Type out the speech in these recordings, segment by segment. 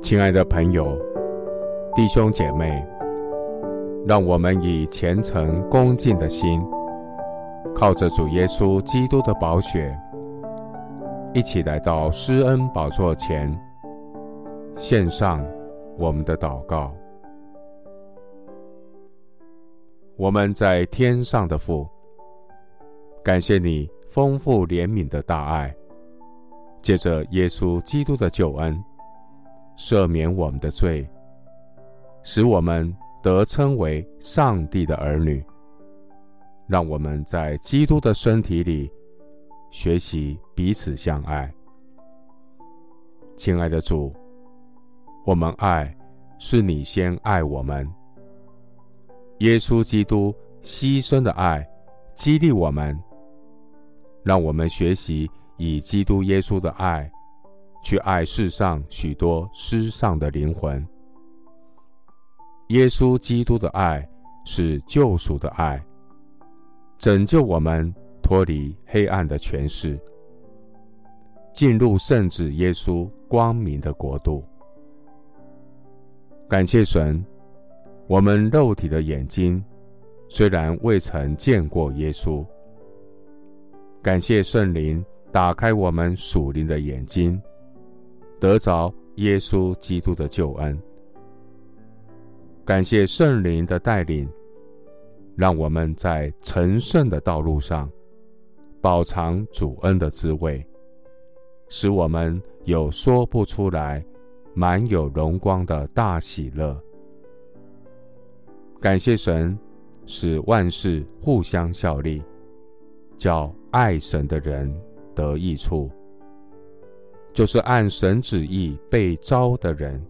亲爱的朋友、弟兄姐妹，让我们以虔诚恭敬的心，靠着主耶稣基督的宝血，一起来到施恩宝座前，献上我们的祷告。我们在天上的父，感谢你丰富怜悯的大爱，借着耶稣基督的救恩，赦免我们的罪，使我们得称为上帝的儿女。让我们在基督的身体里学习彼此相爱。亲爱的主，我们爱是你先爱我们。耶稣基督牺牲的爱激励我们，让我们学习以基督耶稣的爱去爱世上许多失丧的灵魂。耶稣基督的爱是救赎的爱，拯救我们脱离黑暗的权势，进入圣子耶稣光明的国度。感谢神，我们肉体的眼睛虽然未曾见过耶稣，感谢圣灵打开我们属灵的眼睛，得着耶稣基督的救恩。感谢圣灵的带领，让我们在成圣的道路上饱尝主恩的滋味，使我们有说不出来满有荣光的大喜乐。感谢神使万事互相效力，叫爱神的人得益处，就是按神旨意被召的人。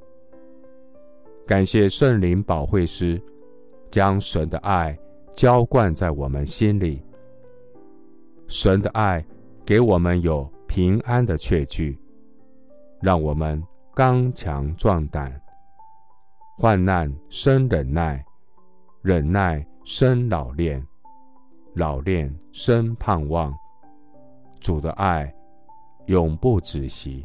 感谢圣灵保惠师将神的爱浇灌在我们心里，神的爱给我们有平安的确据，让我们刚强壮胆。患难生忍耐，忍耐生老练，老练生盼望。主的爱永不止息。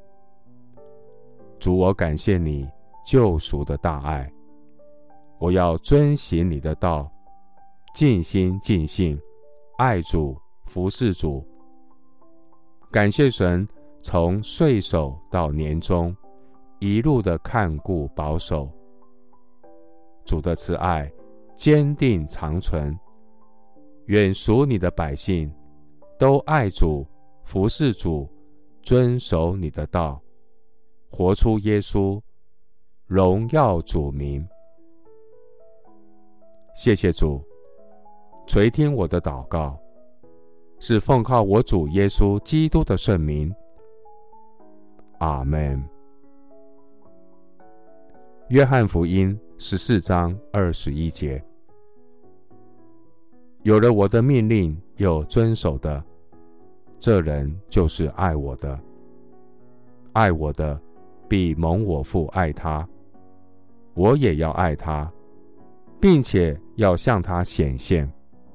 主，我感谢你救赎的大爱，我要遵行你的道，尽心尽性爱主服侍主。感谢神从岁首到年终一路的看顾保守。主的慈爱坚定长存，愿属你的百姓都爱主服侍主，遵守你的道，活出耶稣，荣耀主名。谢谢主垂听我的祷告，是奉靠我主耶稣基督的圣名。阿们。约翰福音14章21节，有了我的命令又遵守的，这人就是爱我的。爱我的，必蒙我父爱他，我也要爱他，并且要向他显现。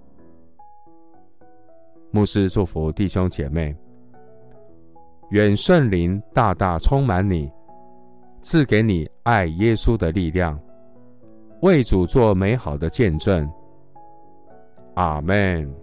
牧师祝福弟兄姐妹，愿圣灵大大充满你，赐给你爱耶稣的力量，为主做美好的见证。阿们。